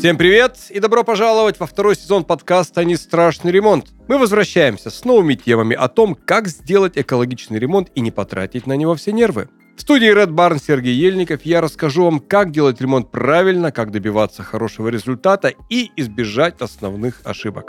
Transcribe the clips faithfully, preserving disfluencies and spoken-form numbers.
Всем привет и добро пожаловать во второй сезон подкаста «Не страшный ремонт». Мы возвращаемся с новыми темами о том, как сделать экологичный ремонт и не потратить на него все нервы. В студии Red Barn Сергей Ельников. Я расскажу вам, как делать ремонт правильно, как добиваться хорошего результата и избежать основных ошибок.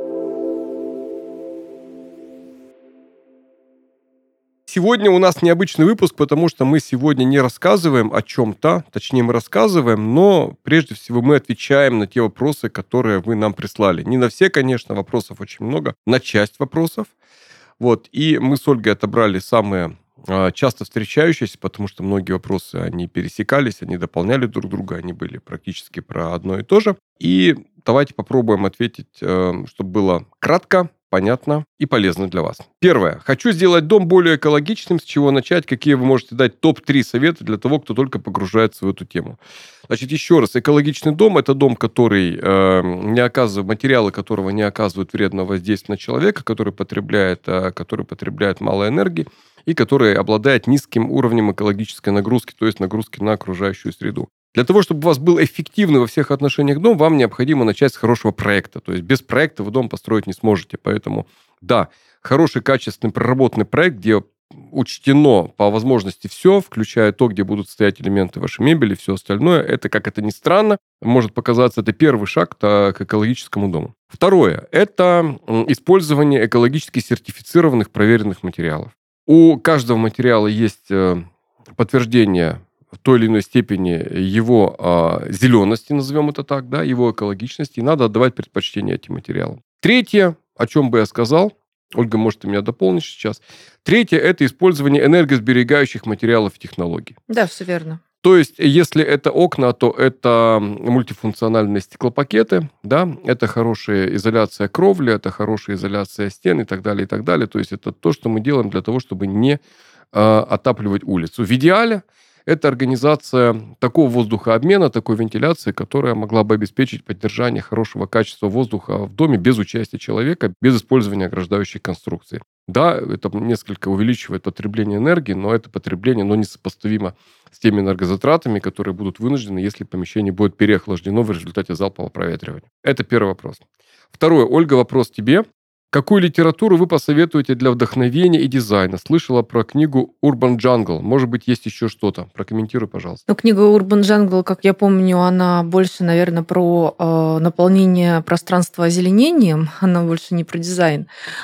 Сегодня у нас необычный выпуск, потому что мы сегодня не рассказываем о чем-то, точнее мы рассказываем, но прежде всего мы отвечаем на те вопросы, которые вы нам прислали. Не на все, конечно, вопросов очень много, на часть вопросов. Вот, и мы с Ольгой отобрали самые э, часто встречающиеся, потому что многие вопросы, они пересекались, они дополняли друг друга, они были практически про одно и то же. И давайте попробуем ответить, э, чтобы было кратко, понятно и полезно для вас. Первое. Хочу сделать дом более экологичным. С чего начать? Какие вы можете дать топ три совета для того, кто только погружается в эту тему? Значит, еще раз. Экологичный дом – это дом, который э, не оказывает, материалы которого не оказывают вредного воздействия на человека, который потребляет, э, который потребляет мало энергии и который обладает низким уровнем экологической нагрузки, то есть нагрузки на окружающую среду. Для того, чтобы у вас был эффективный во всех отношениях дом, вам необходимо начать с хорошего проекта. То есть без проекта вы дом построить не сможете. Поэтому, да, хороший, качественный, проработанный проект, где учтено по возможности все, включая то, где будут стоять элементы вашей мебели, все остальное, это, как это ни странно, может показаться, это первый шаг к экологическому дому. Второе – это использование экологически сертифицированных, проверенных материалов. У каждого материала есть подтверждение в той или иной степени его э, зелености, назовем это так, да, его экологичности, и надо отдавать предпочтение этим материалам. Третье, о чем бы я сказал, Ольга, может, ты меня дополнишь сейчас. Третье – это использование энергосберегающих материалов и технологий. Да, все верно. То есть, если это окна, то это мультифункциональные стеклопакеты, да, это хорошая изоляция кровли, это хорошая изоляция стен и так далее, и так далее. То есть, это то, что мы делаем для того, чтобы не э, отапливать улицу. В идеале это организация такого воздухообмена, такой вентиляции, которая могла бы обеспечить поддержание хорошего качества воздуха в доме без участия человека, без использования ограждающих конструкций. Да, это несколько увеличивает потребление энергии, но это потребление но несопоставимо с теми энергозатратами, которые будут вынуждены, если помещение будет переохлаждено в результате залпового проветривания. Это первый вопрос. Второе. Ольга, вопрос тебе. Какую литературу вы посоветуете для вдохновения и дизайна? Слышала про книгу Urban Jungle. Может быть, есть еще что-то? Прокомментируй, пожалуйста. Ну, книга Urban Jungle, как я помню, она больше, наверное, про э, наполнение пространства озеленением. Она больше не про дизайн.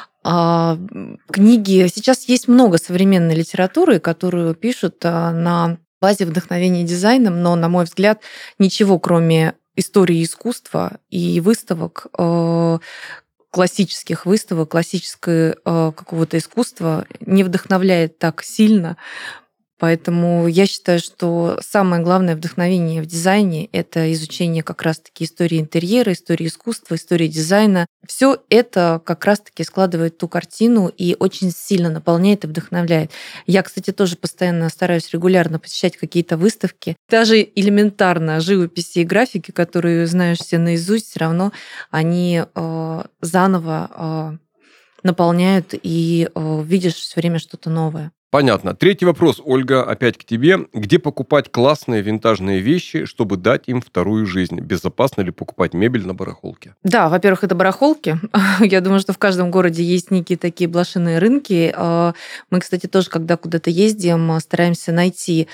А, книги... Сейчас есть много современной литературы, которую пишут а, на базе вдохновения дизайном, но, на мой взгляд, ничего, кроме истории искусства и выставок, э, классических выставок, классического э, какого-то искусства не вдохновляет так сильно. Поэтому я считаю, что самое главное вдохновение в дизайне – это изучение как раз-таки истории интерьера, истории искусства, истории дизайна. Все это как раз-таки складывает ту картину и очень сильно наполняет и вдохновляет. Я, кстати, тоже постоянно стараюсь регулярно посещать какие-то выставки. Даже элементарно живописи и графики, которые знаешь все наизусть, все равно они э, заново э, наполняют, и э, видишь все время что-то новое. Понятно. Третий вопрос, Ольга, опять к тебе. Где покупать классные винтажные вещи, чтобы дать им вторую жизнь? Безопасно ли покупать мебель на барахолке? Да, во-первых, это барахолки. Я думаю, что в каждом городе есть некие такие блошиные рынки. Мы, кстати, тоже, когда куда-то ездим, стараемся найти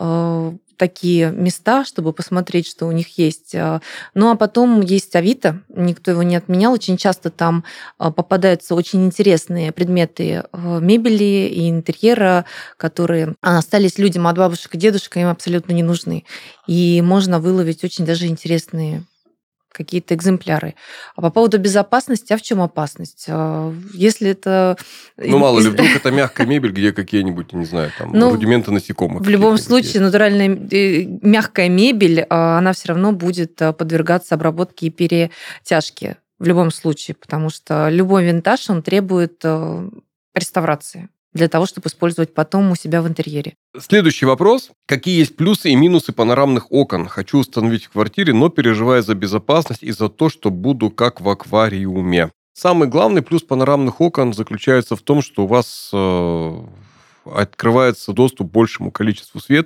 такие места, чтобы посмотреть, что у них есть. Ну, а потом есть Авито, никто его не отменял. Очень часто там попадаются очень интересные предметы мебели и интерьера, которые остались людям от бабушек и дедушек, им абсолютно не нужны. И можно выловить очень даже интересные какие-то экземпляры. А по поводу безопасности, а в чем опасность? Если это... Ну, мало ли, вдруг это мягкая мебель, где какие-нибудь, не знаю, там, ну, рудименты насекомых. В любом случае, есть. Натуральная мягкая мебель, она все равно будет подвергаться обработке и перетяжке. В любом случае, потому что любой винтаж, он требует реставрации для того, чтобы использовать потом у себя в интерьере. Следующий вопрос. Какие есть плюсы и минусы панорамных окон? Хочу установить в квартире, но переживаю за безопасность и за то, что буду как в аквариуме. Самый главный плюс панорамных окон заключается в том, что у вас э, открывается доступ к большему количеству света.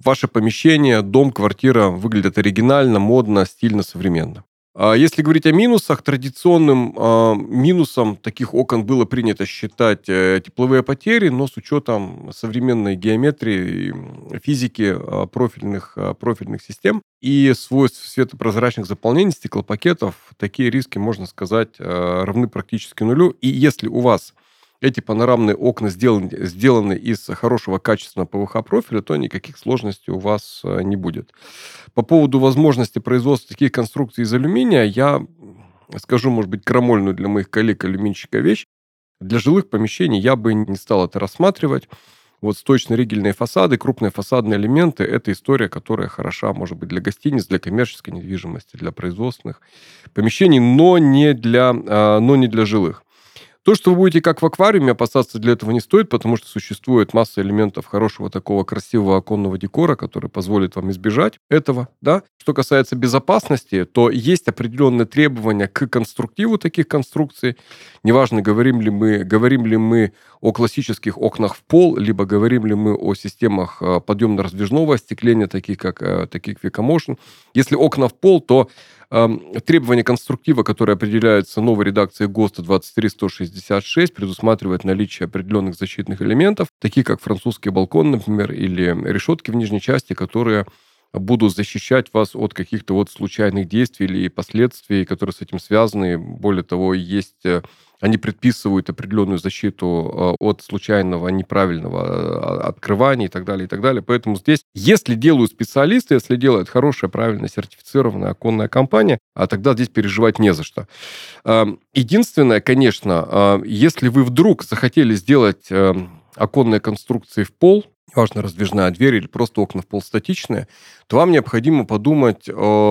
ваше помещение, дом, квартира выглядят оригинально, модно, стильно, современно. А если говорить о минусах, традиционным а, минусом таких окон было принято считать э, тепловые потери, но с учетом современной геометрии, м, физики а, профильных, а, профильных систем и свойств светопрозрачных заполнений стеклопакетов, такие риски, можно сказать, а, равны практически нулю. И если у вас эти панорамные окна сделаны, сделаны из хорошего качественного P V H-профиля, то никаких сложностей у вас а, не будет. По поводу возможности производства таких конструкций из алюминия, я скажу, может быть, крамольную для моих коллег-алюминщика вещь. Для жилых помещений я бы не стал это рассматривать. Вот сточно-ригельные фасады, крупные фасадные элементы – это история, которая хороша, может быть, для гостиниц, для коммерческой недвижимости, для производственных помещений, но не для, а, но не для жилых. То, что вы будете как в аквариуме, опасаться для этого не стоит, потому что существует масса элементов хорошего такого красивого оконного декора, который позволит вам избежать этого, да. Что касается безопасности, то есть определенные требования к конструктиву таких конструкций. Неважно, говорим ли мы, говорим ли мы о классических окнах в пол, либо говорим ли мы о системах а, подъемно-раздвижного остекления, таких как а, таких Vicomotion. Если окна в пол, то требования конструктива, которые определяются новой редакцией ГОСТа двадцать три сто шестьдесят шесть, предусматривают наличие определенных защитных элементов, таких как французский балкон, например, или решетки в нижней части, которые будут защищать вас от каких-то вот случайных действий или последствий, которые с этим связаны. Более того, есть... э, Они предписывают определенную защиту э, от случайного, неправильного э, открывания и так далее, и так далее. Поэтому здесь, если делают специалисты, если делает хорошая, правильно сертифицированная оконная компания, а тогда здесь переживать не за что. Э, Единственное, конечно, э, если вы вдруг захотели сделать э, оконные конструкции в пол, неважно, раздвижная дверь или просто окна в пол статичные, то вам необходимо подумать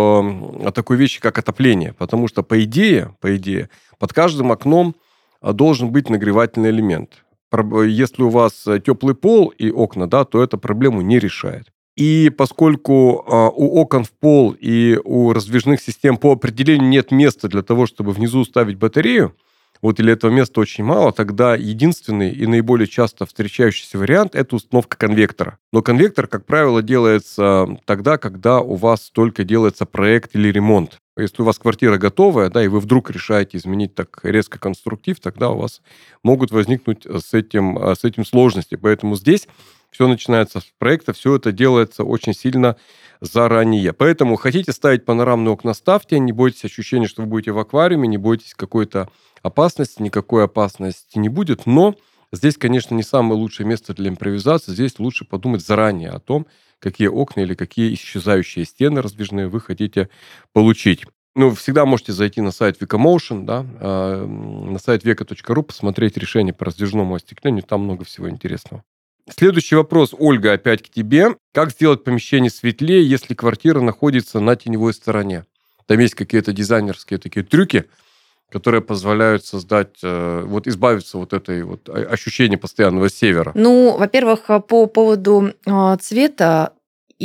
о, о такой вещи, как отопление. Потому что, по идее, по идее, под каждым окном а, должен быть нагревательный элемент. Проб- Если у вас э, теплый пол и окна, да, то это проблему не решает. И поскольку а, у окон в пол и у раздвижных систем по определению нет места для того, чтобы внизу ставить батарею, вот или этого места очень мало, тогда единственный и наиболее часто встречающийся вариант – это установка конвектора. Но конвектор, как правило, делается тогда, когда у вас только делается проект или ремонт. Если у вас квартира готовая, да, и вы вдруг решаете изменить так резко конструктив, тогда у вас могут возникнуть с этим, с этим сложности. Поэтому здесь все начинается с проекта, все это делается очень сильно заранее. Поэтому хотите ставить панорамные окна, ставьте, не бойтесь ощущения, что вы будете в аквариуме, не бойтесь какой-то опасности, никакой опасности не будет, но здесь, конечно, не самое лучшее место для импровизации, здесь лучше подумать заранее о том, какие окна или какие исчезающие стены раздвижные вы хотите получить. Ну, всегда можете зайти на сайт Vicomotion, да, э, на сайт века точка ру, посмотреть решение по раздвижному остеклению, там много всего интересного. Следующий вопрос, Ольга, опять к тебе. Как сделать помещение светлее, если квартира находится на теневой стороне? Там есть какие-то дизайнерские такие трюки, которые позволяют создать, э, вот избавиться вот этой вот о- ощущения постоянного севера. Ну, во-первых, а, по поводу а, цвета, и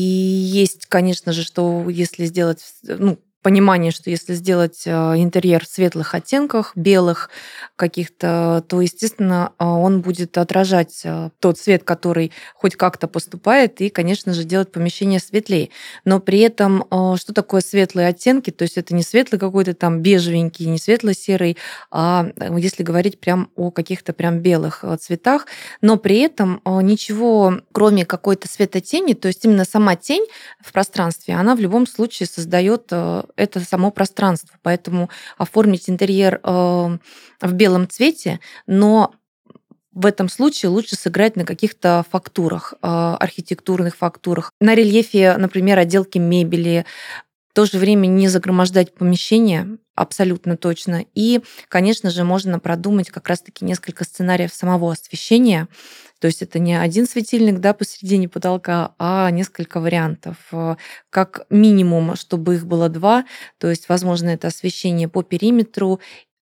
есть, конечно же, что если сделать, ну, понимание, что если сделать а, интерьер в светлых оттенках, белых каких-то, то, естественно, а, он будет отражать а, тот цвет, который хоть как-то поступает, и, конечно же, делать помещение светлее. Но при этом, а, что такое светлые оттенки? То есть это не светлый какой-то там бежевенький, не светло-серый, а э, если говорить прям о каких-то прям белых э, цветах, но при этом э, ничего, кроме какой-то светотени, то есть именно сама тень в пространстве, она в любом случае создает э, это само пространство. Поэтому оформить интерьер э, в белом цвете, но в этом случае лучше сыграть на каких-то фактурах, э, архитектурных фактурах, на рельефе, например, отделки мебели, в то же время не загромождать помещение, абсолютно точно. И, конечно же, можно продумать как раз-таки несколько сценариев самого освещения. То есть это не один светильник, да, посередине потолка, а несколько вариантов. Э, Как минимум, чтобы их было два. То есть, возможно, это освещение по периметру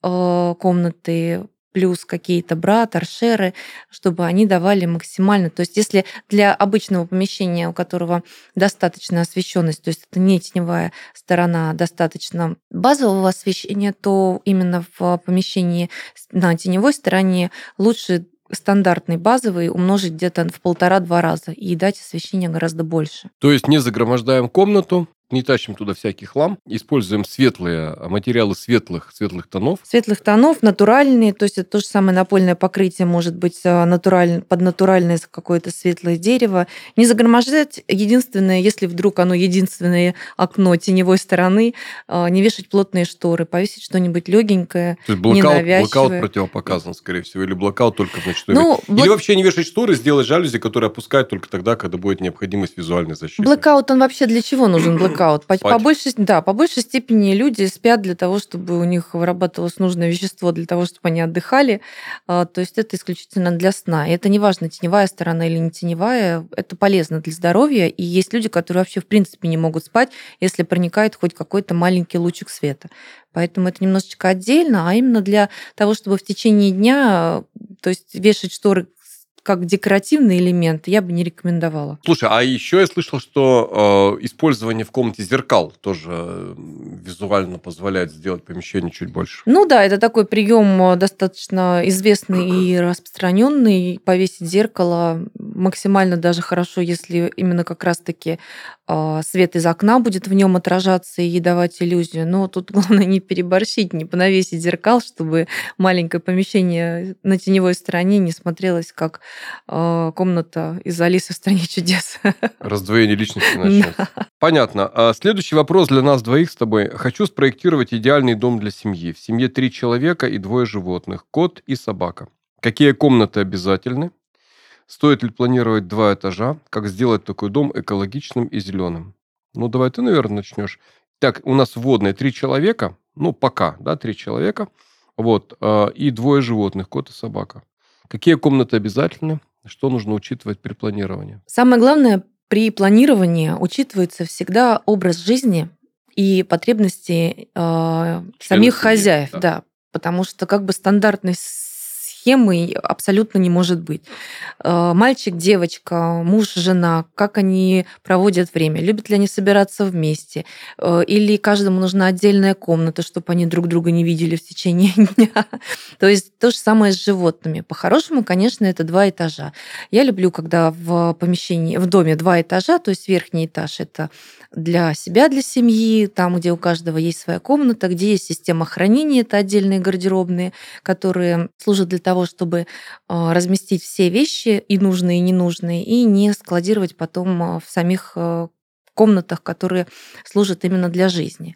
э, комнаты, плюс какие-то бра, торшеры, чтобы они давали максимально. То есть если для обычного помещения, у которого достаточно освещенность, то есть это не теневая сторона, достаточно базового освещения, то именно в помещении с- на теневой стороне лучше стандартный, базовый, умножить где-то в полтора-два раза и дать освещения гораздо больше. То есть не загромождаем комнату, не тащим туда всякий хлам, используем светлые материалы светлых, светлых тонов. Светлых тонов, натуральные, то есть это то же самое напольное покрытие может быть натураль... под натуральное какое-то светлое дерево. Не загромождать, единственное, если вдруг оно единственное окно теневой стороны, не вешать плотные шторы, повесить что-нибудь легенькое, то есть блокаут, ненавязчивое. Блокаут противопоказан, скорее всего, или блокаут только в ночное ну, время. блок... Или вообще не вешать шторы, сделать жалюзи, которые опускают только тогда, когда будет необходимость визуальной защиты. Блэкаут, он вообще для чего нужен, блэкаут? По, по, большей, да, по большей степени люди спят для того, чтобы у них вырабатывалось нужное вещество, для того, чтобы они отдыхали. То есть это исключительно для сна. И это не важно, теневая сторона или не теневая, это полезно для здоровья. И есть люди, которые вообще в принципе не могут спать, если проникает хоть какой-то маленький лучик света. Поэтому это немножечко отдельно, а именно для того, чтобы в течение дня, то есть вешать шторы как декоративный элемент, я бы не рекомендовала. Слушай, а еще я слышал, что э, использование в комнате зеркал тоже визуально позволяет сделать помещение чуть больше. Ну да, это такой прием достаточно известный и распространенный. Повесить зеркало максимально даже хорошо, если именно как раз-таки э, свет из окна будет в нем отражаться и давать иллюзию. Но тут главное не переборщить, не понавесить зеркал, чтобы маленькое помещение на теневой стороне не смотрелось как комната из «Алисы в стране чудес». Раздвоение личности начнется. Да. Понятно. Следующий вопрос для нас двоих с тобой. Хочу спроектировать идеальный дом для семьи. В семье три человека и двое животных. Кот и собака. Какие комнаты обязательны? Стоит ли планировать два этажа? Как сделать такой дом экологичным и зеленым? Ну, давай ты, наверное, начнешь. Так, у нас вводные три человека. Ну, пока, да, три человека. Вот. И двое животных. Кот и собака. Какие комнаты обязательны? Что нужно учитывать при планировании? Самое главное, при планировании учитывается всегда образ жизни и потребности э, самих семьи, хозяев, да. да, потому что как бы стандартной схемы абсолютно не может быть. Э, мальчик, девочка, муж, жена, как они проводят время, любят ли они собираться вместе, э, или каждому нужна отдельная комната, чтобы они друг друга не видели в течение дня. То есть то же самое с животными. По-хорошему, конечно, это два этажа. Я люблю, когда в помещении, в доме два этажа, то есть верхний этаж это для себя, для семьи, там, где у каждого есть своя комната, где есть система хранения, это отдельные гардеробные, которые служат для того, чтобы разместить все вещи, и нужные, и ненужные, и не складировать потом в самих комнатах, которые служат именно для жизни.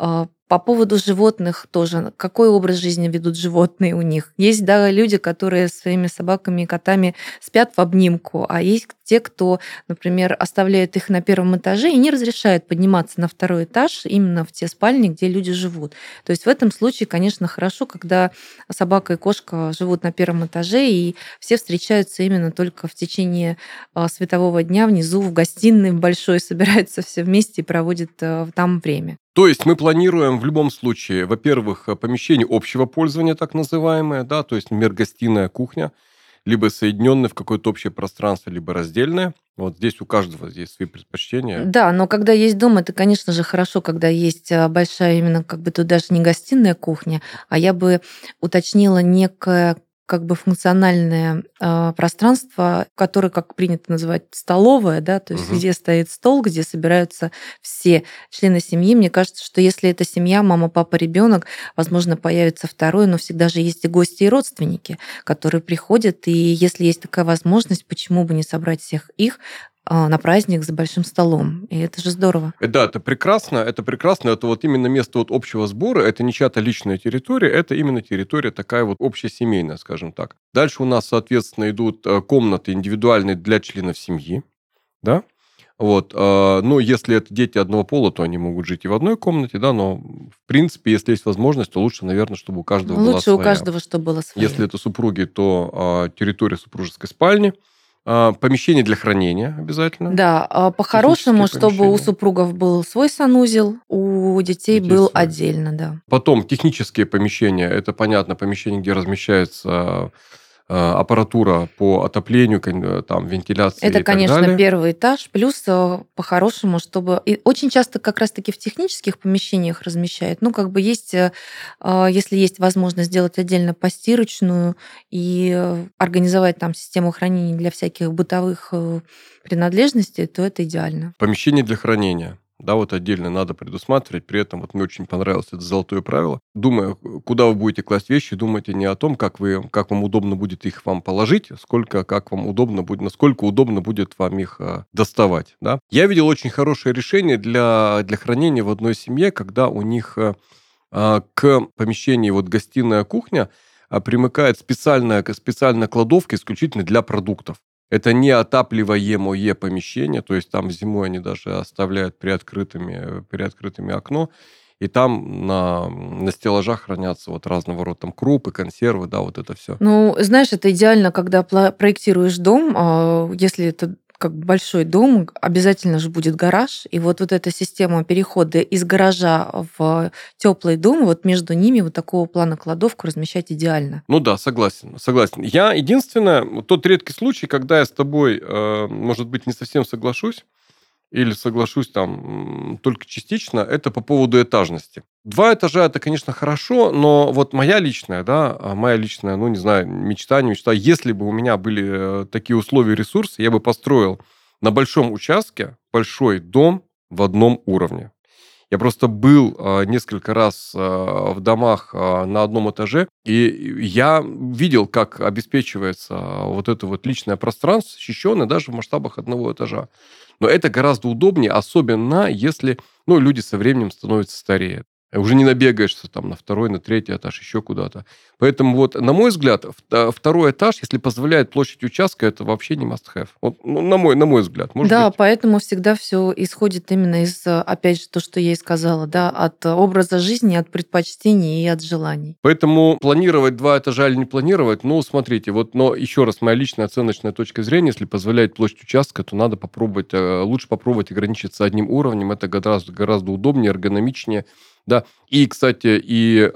По поводу животных тоже. Какой образ жизни ведут животные у них? Есть, да, люди, которые со своими собаками и котами спят в обнимку, а есть те, кто, например, оставляет их на первом этаже и не разрешает подниматься на второй этаж именно в те спальни, где люди живут. То есть в этом случае, конечно, хорошо, когда собака и кошка живут на первом этаже, и все встречаются именно только в течение светового дня внизу в гостиной большой, собираются все вместе и проводят там время. То есть мы планируем в любом случае, во-первых, помещение общего пользования, так называемое, да, то есть, например, гостиная, кухня, либо соединенные в какое-то общее пространство, либо раздельное. Вот здесь у каждого есть свои предпочтения. Да, но когда есть дом, это, конечно же, хорошо, когда есть большая именно, как бы тут даже не гостиная кухня, а я бы уточнила некое как бы функциональное э, пространство, которое, как принято называть, столовая, да, то есть угу. где стоит стол, где собираются все члены семьи. Мне кажется, что если это семья, мама, папа, ребенок, возможно, появится второй, но всегда же есть и гости, и родственники, которые приходят, и если есть такая возможность, почему бы не собрать всех их на праздник за большим столом. И это же здорово. Да, это прекрасно, это прекрасно. Это вот именно место вот общего сбора, это не чья-то личная территория, это именно территория такая вот общесемейная, скажем так. Дальше у нас, соответственно, идут комнаты индивидуальные для членов семьи, да? Вот. Но если это дети одного пола, то они могут жить и в одной комнате, да, но в принципе, если есть возможность, то лучше, наверное, чтобы у каждого лучше была своя. Лучше у каждого, чтобы было своя. Если это супруги, то территория супружеской спальни. Помещение для хранения обязательно. Да, по-хорошему, чтобы у супругов был свой санузел, у детей, детей был свой. Отдельно, да. Потом технические помещения, это, понятно, помещение, где размещается аппаратура по отоплению, там, вентиляции Это, и так конечно, далее. первый этаж. Плюс э, по-хорошему, чтобы... И очень часто как раз-таки в технических помещениях размещают. Ну, как бы есть, э, э, если есть возможность сделать отдельно постирочную и э, организовать там систему хранения для всяких бытовых э, принадлежностей, то это идеально. Помещение для хранения. Да, вот отдельно надо предусматривать. При этом вот мне очень понравилось это золотое правило. Думая, куда вы будете класть вещи, думайте не о том, как, вы, как вам удобно будет их вам положить, сколько, как вам удобно будет, насколько удобно будет вам их а, доставать. Да? Я видел очень хорошее решение для, для хранения в одной семье, когда у них а, к помещению вот гостиная кухня а, примыкает специальная, специальная кладовка исключительно для продуктов. Это неотапливаемое помещение, то есть там зимой они даже оставляют приоткрытыми, приоткрытыми окно, и там на, на стеллажах хранятся вот разного рода там крупы, консервы, да, вот это все. Ну, знаешь, это идеально, когда пла- проектируешь дом, а, если это как бы большой дом, обязательно же будет гараж, и вот, вот эта система перехода из гаража в теплый дом, вот между ними вот такого плана кладовку размещать идеально. Ну да, согласен, согласен. Я единственное, вот тот редкий случай, когда я с тобой, э, может быть, не совсем соглашусь, или соглашусь там только частично, это по поводу этажности. Два этажа это, конечно, хорошо, но вот моя личная, да, моя личная, ну, не знаю, мечта, не мечта, если бы у меня были такие условия и ресурсы, я бы построил на большом участке большой дом в одном уровне. Я просто был э, несколько раз э, в домах э, на одном этаже, и я видел, как обеспечивается э, вот это вот личное пространство, защищенное даже в масштабах одного этажа. Но это гораздо удобнее, особенно если ну, люди со временем становятся старее. Уже не набегаешься там на второй, на третий этаж, еще куда-то. Поэтому вот, на мой взгляд, второй этаж, если позволяет площадь участка, это вообще не must-have. Вот, ну, на, мой, на мой взгляд. Может Да, быть... поэтому всегда все исходит именно из, опять же, то, что я и сказала, да, от образа жизни, от предпочтений и от желаний. Поэтому планировать два этажа или не планировать, ну, смотрите, вот, но еще раз, моя личная оценочная точка зрения, если позволяет площадь участка, то надо попробовать, лучше попробовать ограничиться одним уровнем, это гораздо, гораздо удобнее, эргономичнее, да. И, кстати, и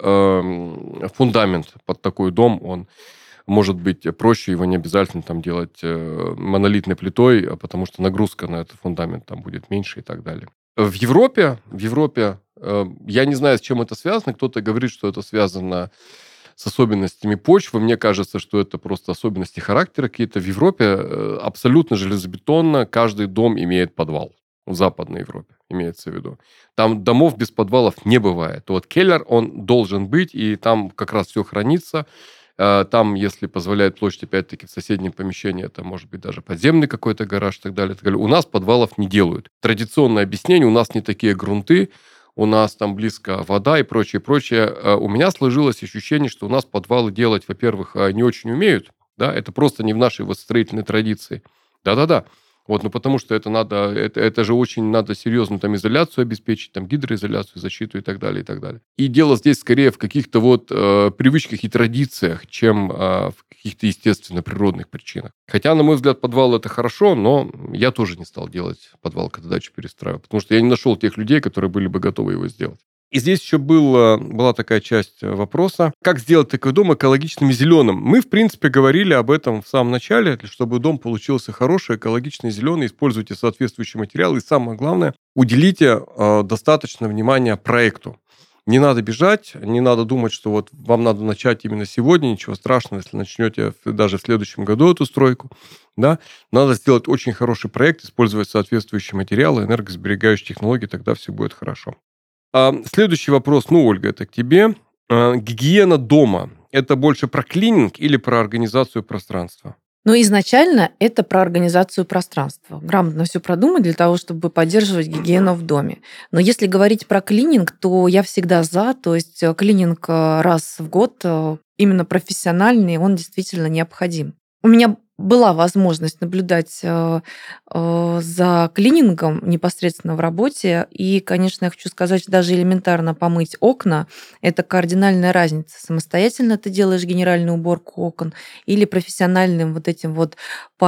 э, фундамент под такой дом, он может быть проще, его не обязательно там делать э, монолитной плитой, потому что нагрузка на этот фундамент там будет меньше и так далее. В Европе, в Европе, э, я не знаю, с чем это связано, кто-то говорит, что это связано с особенностями почвы. Мне кажется, что это просто особенности характера какие-то. В Европе э, абсолютно железобетонно каждый дом имеет подвал. В Западной Европе имеется в виду. Там домов без подвалов не бывает. Вот келлер, он должен быть, и там как раз все хранится. Там, если позволяет площадь, опять-таки, в соседнем помещении, это может быть даже подземный какой-то гараж и так далее, и так далее. У нас подвалов не делают. Традиционное объяснение, у нас не такие грунты, у нас там близко вода и прочее, прочее. У меня сложилось ощущение, что у нас подвалы делать, во-первых, не очень умеют, да, это просто не в нашей вот строительной традиции. Да-да-да. Вот, ну потому что это надо, это, это же очень надо серьезно там изоляцию обеспечить, там гидроизоляцию, защиту и так далее, и так далее. И дело здесь скорее в каких-то вот э, привычках и традициях, чем э, в каких-то естественно природных причинах. Хотя, на мой взгляд, подвал это хорошо, но я тоже не стал делать подвал, когда дачу перестраивал, потому что я не нашел тех людей, которые были бы готовы его сделать. И здесь еще был, была такая часть вопроса. Как сделать такой дом экологичным и зеленым? Мы, в принципе, говорили об этом в самом начале. Чтобы дом получился хороший, экологичный, зеленый, используйте соответствующие материалы. И самое главное, уделите э, достаточно внимания проекту. Не надо бежать, не надо думать, что вот вам надо начать именно сегодня. Ничего страшного, если начнете даже в следующем году эту стройку. Да? Надо сделать очень хороший проект, использовать соответствующие материалы, энергосберегающие технологии, тогда все будет хорошо. Следующий вопрос, ну, Ольга, это к тебе. Гигиена дома. Это больше про клининг или про организацию пространства? Но изначально это про организацию пространства. Грамотно все продумать для того, чтобы поддерживать гигиену в доме. Но если говорить про клининг, то я всегда за. То есть клининг раз в год, именно профессиональный, он действительно необходим. У меня была возможность наблюдать э, э, за клинингом непосредственно в работе. И, конечно, я хочу сказать, что даже элементарно помыть окна– это кардинальная разница. Самостоятельно ты делаешь генеральную уборку окон или профессиональным вот этим вот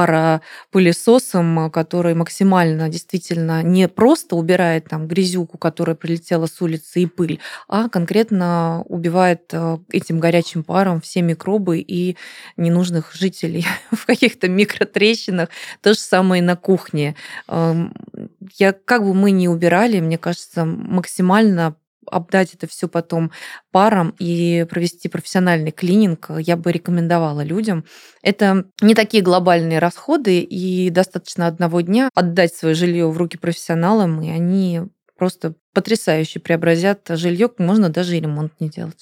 паропылесосом, который максимально действительно не просто убирает там грязюку, которая прилетела с улицы, и пыль, а конкретно убивает э, этим горячим паром все микробы и ненужных жителей в каких-то микротрещинах. То же самое и на кухне. Эм, Я, как бы мы ни убирали, мне кажется, максимально обдать это все потом паром и провести профессиональный клининг я бы рекомендовала людям. Это не такие глобальные расходы, и достаточно одного дня отдать свое жилье в руки профессионалам, и они просто потрясающе преобразят жилье, можно даже и ремонт не делать.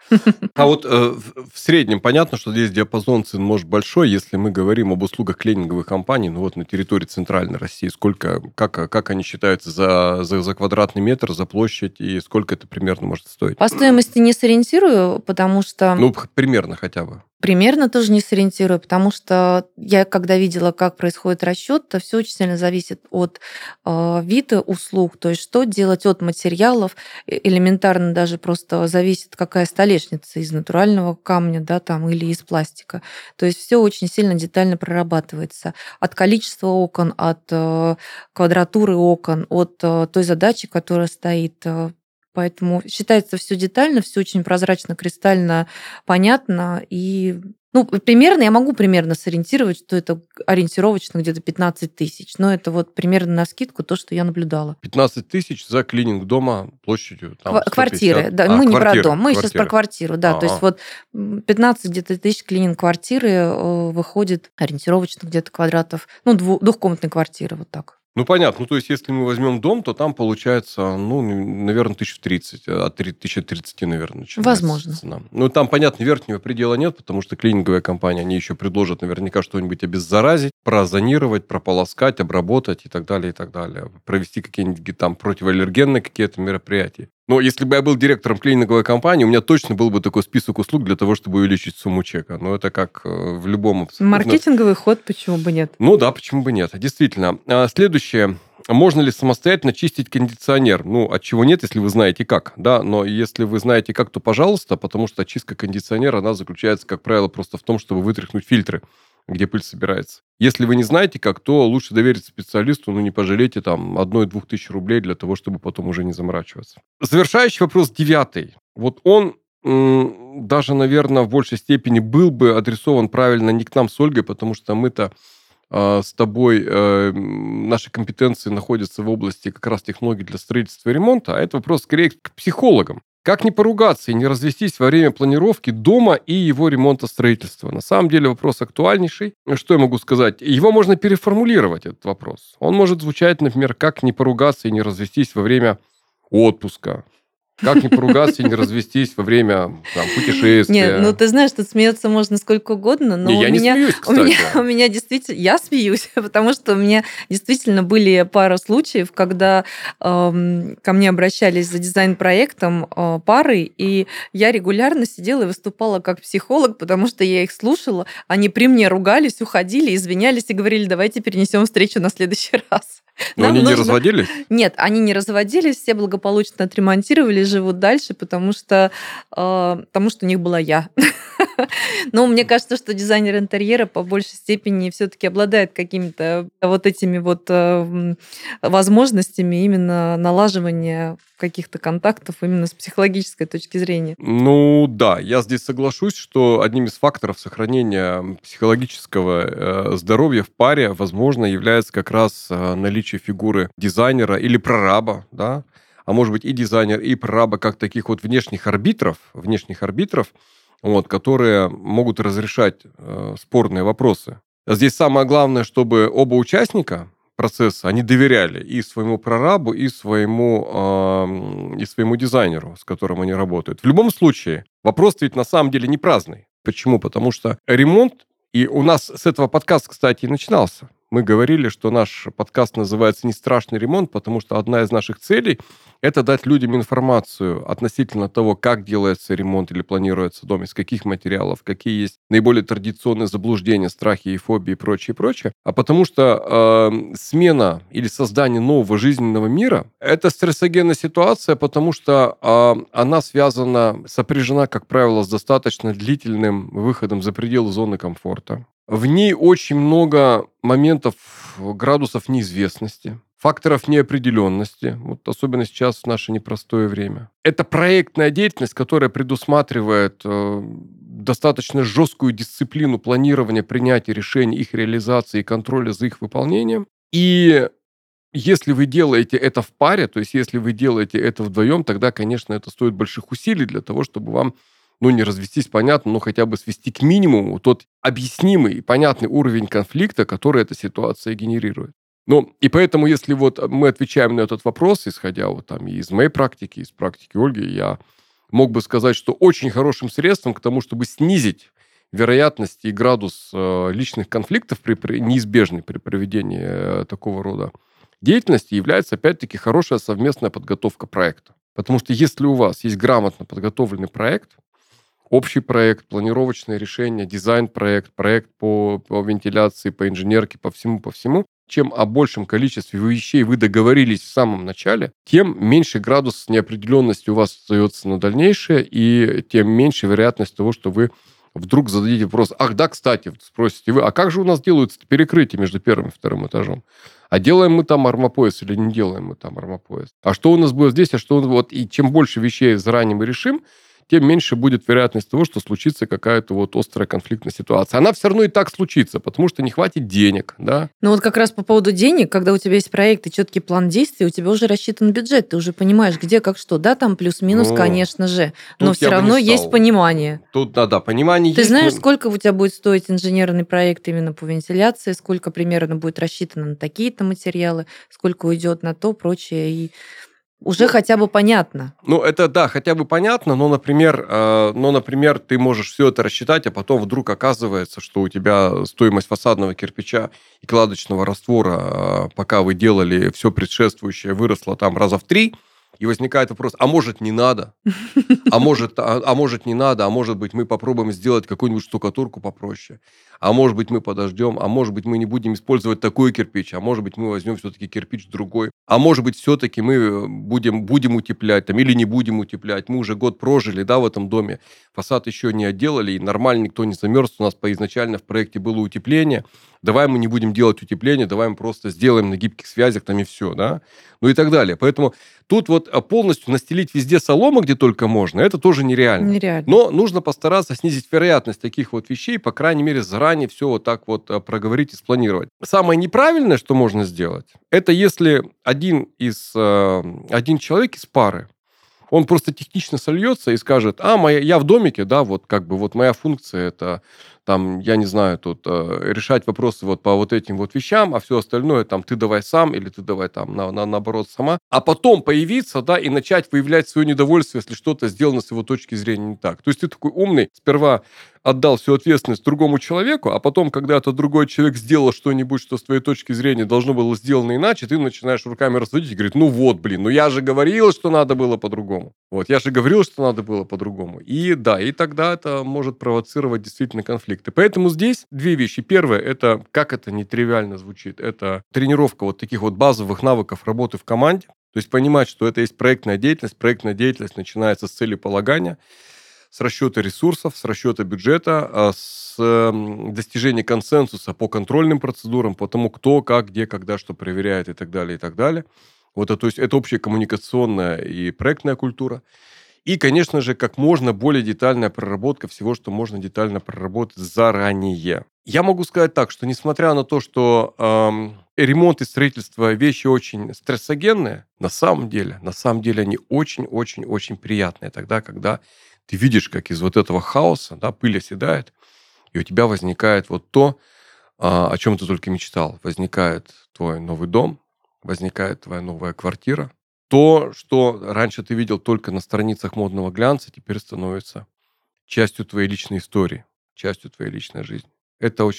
А вот э, в в среднем понятно, что здесь диапазон цен может большой, если мы говорим об услугах клининговых компаний, ну вот на территории Центральной России, сколько, как, как они считаются за, за, за квадратный метр, за площадь, и сколько это примерно может стоить? По стоимости не сориентирую, потому что... Ну, х- примерно хотя бы. Примерно тоже не сориентирую, потому что я, когда видела, как происходит расчет, то все очень сильно зависит от э, вида услуг, то есть что делать от материалов, э, элементарно даже просто зависит, какая столешница из натурального камня, да, там, или из пластика. То есть все очень сильно детально прорабатывается. От количества окон, от э, квадратуры окон, от э, той задачи, которая стоит. э, Поэтому считается все детально, все очень прозрачно, кристально понятно. И ну, примерно, я могу примерно сориентировать, что это ориентировочно где-то пятнадцать тысяч. Но это вот примерно навскидку то, что я наблюдала. пятнадцать тысяч за клининг дома площадью там, Ква- сто Квартиры, пятьдесят. да, А, мы не про квартиры, дом, мы сейчас про квартиры. квартиру, да, то есть Ага. вот м, пятнадцать где-то тысяч клининг квартиры э, выходит ориентировочно где-то квадратов, ну, дву- двухкомнатной квартиры, вот так. Ну, понятно. Ну, то есть, если мы возьмем дом, то там получается, ну, наверное, тысяч тридцать. От тысячи тридцати, наверное, начинается Возможно. цена. Ну, там, понятно, верхнего предела нет, потому что клининговая компания, они еще предложат наверняка что-нибудь обеззаразить, прозонировать, прополоскать, обработать и так далее, и так далее. Провести какие-нибудь там противоаллергенные какие-то мероприятия. Но если бы я был директором клининговой компании, у меня точно был бы такой список услуг для того, чтобы увеличить сумму чека. Но это как э, в любом... абсолютно- Маркетинговый ход, почему бы нет? Ну да, почему бы нет? Действительно. А, Следующее. Можно ли самостоятельно чистить кондиционер? Ну, от чего нет, если вы знаете как, да, но если вы знаете как, то пожалуйста, потому что чистка кондиционера, она заключается, как правило, просто в том, чтобы вытряхнуть фильтры, где пыль собирается. Если вы не знаете как, то лучше довериться специалисту, ну, не пожалейте там одной-двух тысяч рублей для того, чтобы потом уже не заморачиваться. Завершающий вопрос девятый. Вот он м, даже, наверное, в большей степени был бы адресован правильно не к нам с Ольгой, потому что мы-то а, с тобой, э, м, наши компетенции находятся в области как раз технологий для строительства и ремонта, а это вопрос скорее к психологам. Как не поругаться и не развестись во время планировки дома и его ремонта строительства? На самом деле вопрос актуальнейший. Что я могу сказать? Его можно переформулировать, этот вопрос. Он может звучать, например, как не поругаться и не развестись во время отпуска. Как не поругаться и не развестись во время там, путешествия. Нет, ну ты знаешь, тут смеяться можно сколько угодно, но Не, у я не меня, смеюсь, у меня, кстати. у меня действительно, я смеюсь, потому что у меня действительно были пара случаев, когда эм, ко мне обращались за дизайн-проектом э, пары, и я регулярно сидела и выступала как психолог, потому что я их слушала, они при мне ругались, уходили, извинялись и говорили, давайте перенесем встречу на следующий раз. Но Нам они не нужно- разводились? Нет, они не разводились, все благополучно отремонтировали, живут дальше, потому что, э, потому что у них была я. Но мне кажется, что дизайнер интерьера по большей степени все-таки обладает какими-то вот этими вот э, м, возможностями именно налаживания каких-то контактов именно с психологической точки зрения. Ну да, я здесь соглашусь, что одним из факторов сохранения психологического э, здоровья в паре, возможно, является как раз э, наличие фигуры дизайнера или прораба, да, а может быть и дизайнер, и прораба как таких вот внешних арбитров, внешних арбитров, вот, которые могут разрешать э, спорные вопросы. Здесь самое главное, чтобы оба участника процесса, они доверяли и своему прорабу, и своему, э, и своему дизайнеру, с которым они работают. В любом случае, вопрос ведь на самом деле не праздный. Почему? Потому что ремонт, и у нас с этого подкаст, кстати, и начинался. Мы говорили, что наш подкаст называется «Не страшный ремонт», потому что одна из наших целей– это дать людям информацию относительно того, как делается ремонт или планируется дом, из каких материалов, какие есть наиболее традиционные заблуждения, страхи и фобии и прочее, прочее. А потому что э, смена или создание нового жизненного мира– это стрессогенная ситуация, потому что э, она связана, сопряжена, как правило, с достаточно длительным выходом за пределы зоны комфорта. В ней очень много моментов, градусов неизвестности, факторов неопределенности, вот особенно сейчас в наше непростое время. Это проектная деятельность, которая предусматривает э, достаточно жесткую дисциплину планирования, принятия решений, их реализации и контроля за их выполнением. И если вы делаете это в паре, то есть если вы делаете это вдвоем, тогда, конечно, это стоит больших усилий для того, чтобы вам ну, не развестись, понятно, но хотя бы свести к минимуму тот объяснимый и понятный уровень конфликта, который эта ситуация генерирует. Ну, и поэтому, если вот мы отвечаем на этот вопрос, исходя вот там и из моей практики, из практики Ольги, я мог бы сказать, что очень хорошим средством к тому, чтобы снизить вероятность и градус э, личных конфликтов при, при, неизбежный при проведении э, такого рода деятельности, является, опять-таки, хорошая совместная подготовка проекта. Потому что если у вас есть грамотно подготовленный проект, общий проект, планировочное решение, дизайн-проект, проект по, по вентиляции, по инженерке, по всему, по всему. Чем о большем количестве вещей вы договорились в самом начале, тем меньше градус неопределенности у вас остается на дальнейшее, и тем меньше вероятность того, что вы вдруг зададите вопрос: ах, да, кстати, спросите вы, а как же у нас делаются перекрытия между первым и вторым этажом? А делаем мы там армопояс или не делаем мы там армопояс? А что у нас будет здесь, а что вот? И чем больше вещей заранее мы решим, тем меньше будет вероятность того, что случится какая-то вот острая конфликтная ситуация. Она все равно и так случится, потому что не хватит денег, да. Ну вот как раз по поводу денег, когда у тебя есть проект и четкий план действий, у тебя уже рассчитан бюджет, ты уже понимаешь, где, как, что. Да, там плюс-минус, Ну, конечно же, но тут все я бы не равно есть стал. понимание. Тут, да, да, понимание Ты есть. знаешь, но- сколько у тебя будет стоить инженерный проект именно по вентиляции, сколько примерно будет рассчитано на такие-то материалы, сколько уйдет на то, прочее, и уже Ну, хотя бы понятно. Ну, это, да, хотя бы понятно, но, например, э, но, например, ты можешь все это рассчитать, а потом вдруг оказывается, что у тебя стоимость фасадного кирпича и кладочного раствора, э, пока вы делали все предшествующее, выросла там раза в три, и возникает вопрос: а может, не надо? А может, а, а может, не надо? А может быть, мы попробуем сделать какую-нибудь штукатурку попроще? А может быть, мы подождем? А может быть, мы не будем использовать такой кирпич? А может быть, мы возьмем все-таки кирпич другой? А может быть, все-таки мы будем, будем утеплять там или не будем утеплять? Мы уже год прожили, да, в этом доме. Фасад еще не отделали, и нормально никто не замерз. У нас по изначально в проекте было утепление. Давай мы не будем делать утепление, давай мы просто сделаем на гибких связях там и все, да? Ну и так далее. Поэтому тут вот полностью настелить везде солому, где только можно, это тоже нереально. Нереально. Но нужно постараться снизить вероятность таких вот вещей, по крайней мере, заранее все вот так вот а, проговорить и спланировать. Самое неправильное, что можно сделать, это если один из э, один человек из пары, он просто технично сольется и скажет: а, моя, я в домике, да, вот как бы вот моя функция это там, я не знаю, тут э, решать вопросы вот по вот этим вот вещам, а все остальное там ты давай сам или ты давай там на, на, наоборот сама. А потом появиться, да, и начать выявлять свое недовольство, если что-то сделано с его точки зрения не так. То есть ты такой умный, сперва отдал всю ответственность другому человеку, а потом, когда этот другой человек сделал что-нибудь, что с твоей точки зрения должно было сделано иначе, ты начинаешь руками разводить и говорить: ну вот, блин, ну я же говорил, что надо было по-другому. Вот, я же говорил, что надо было по-другому. И да, и тогда это может провоцировать действительно конфликты. Поэтому здесь две вещи. Первое, это, как это нетривиально звучит, это тренировка вот таких вот базовых навыков работы в команде. То есть понимать, что это есть проектная деятельность. Проектная деятельность начинается с целеполагания, с расчета ресурсов, с расчета бюджета, с достижения консенсуса по контрольным процедурам, по тому, кто, как, где, когда, что проверяет и так далее, и так далее. Вот, это, то есть это общая коммуникационная и проектная культура. И, конечно же, как можно более детальная проработка всего, что можно детально проработать заранее. Я могу сказать так, что несмотря на то, что эм, ремонт и строительство вещи очень стрессогенные, на самом деле, на самом деле они очень-очень-очень приятные тогда, когда ты видишь, как из вот этого хаоса, да, пыль оседает, и у тебя возникает вот то, а, о чем ты только мечтал. Возникает твой новый дом, возникает твоя новая квартира. То, что раньше ты видел только на страницах модного глянца, теперь становится частью твоей личной истории, частью твоей личной жизни. Это очень,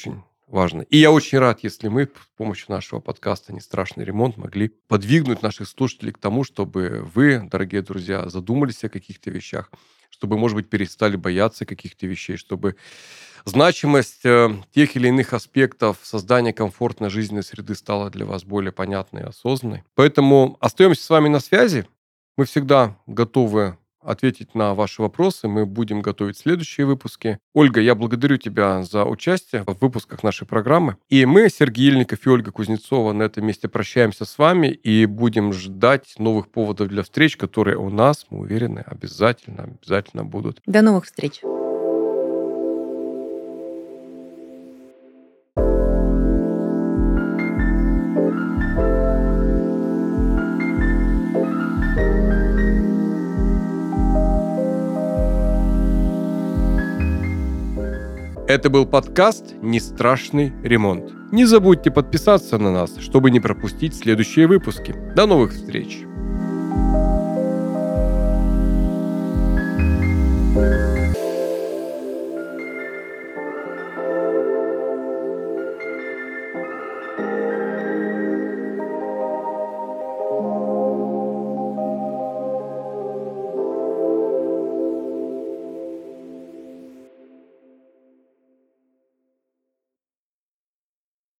важно. И я очень рад, если мы с помощью нашего подкаста «Не страшный ремонт» могли подвигнуть наших слушателей к тому, чтобы вы, дорогие друзья, задумались о каких-то вещах, чтобы, может быть, перестали бояться каких-то вещей, чтобы значимость э, тех или иных аспектов создания комфортной жизненной среды стала для вас более понятной и осознанной. Поэтому остаемся с вами на связи. Мы всегда готовы ответить на ваши вопросы. Мы будем готовить следующие выпуски. Ольга, я благодарю тебя за участие в выпусках нашей программы. И мы, Сергей Ельников и Ольга Кузнецова, на этом месте прощаемся с вами и будем ждать новых поводов для встреч, которые у нас, мы уверены, обязательно, обязательно будут. До новых встреч. Это был подкаст «Не страшный ремонт». Не забудьте подписаться на нас, чтобы не пропустить следующие выпуски. До новых встреч!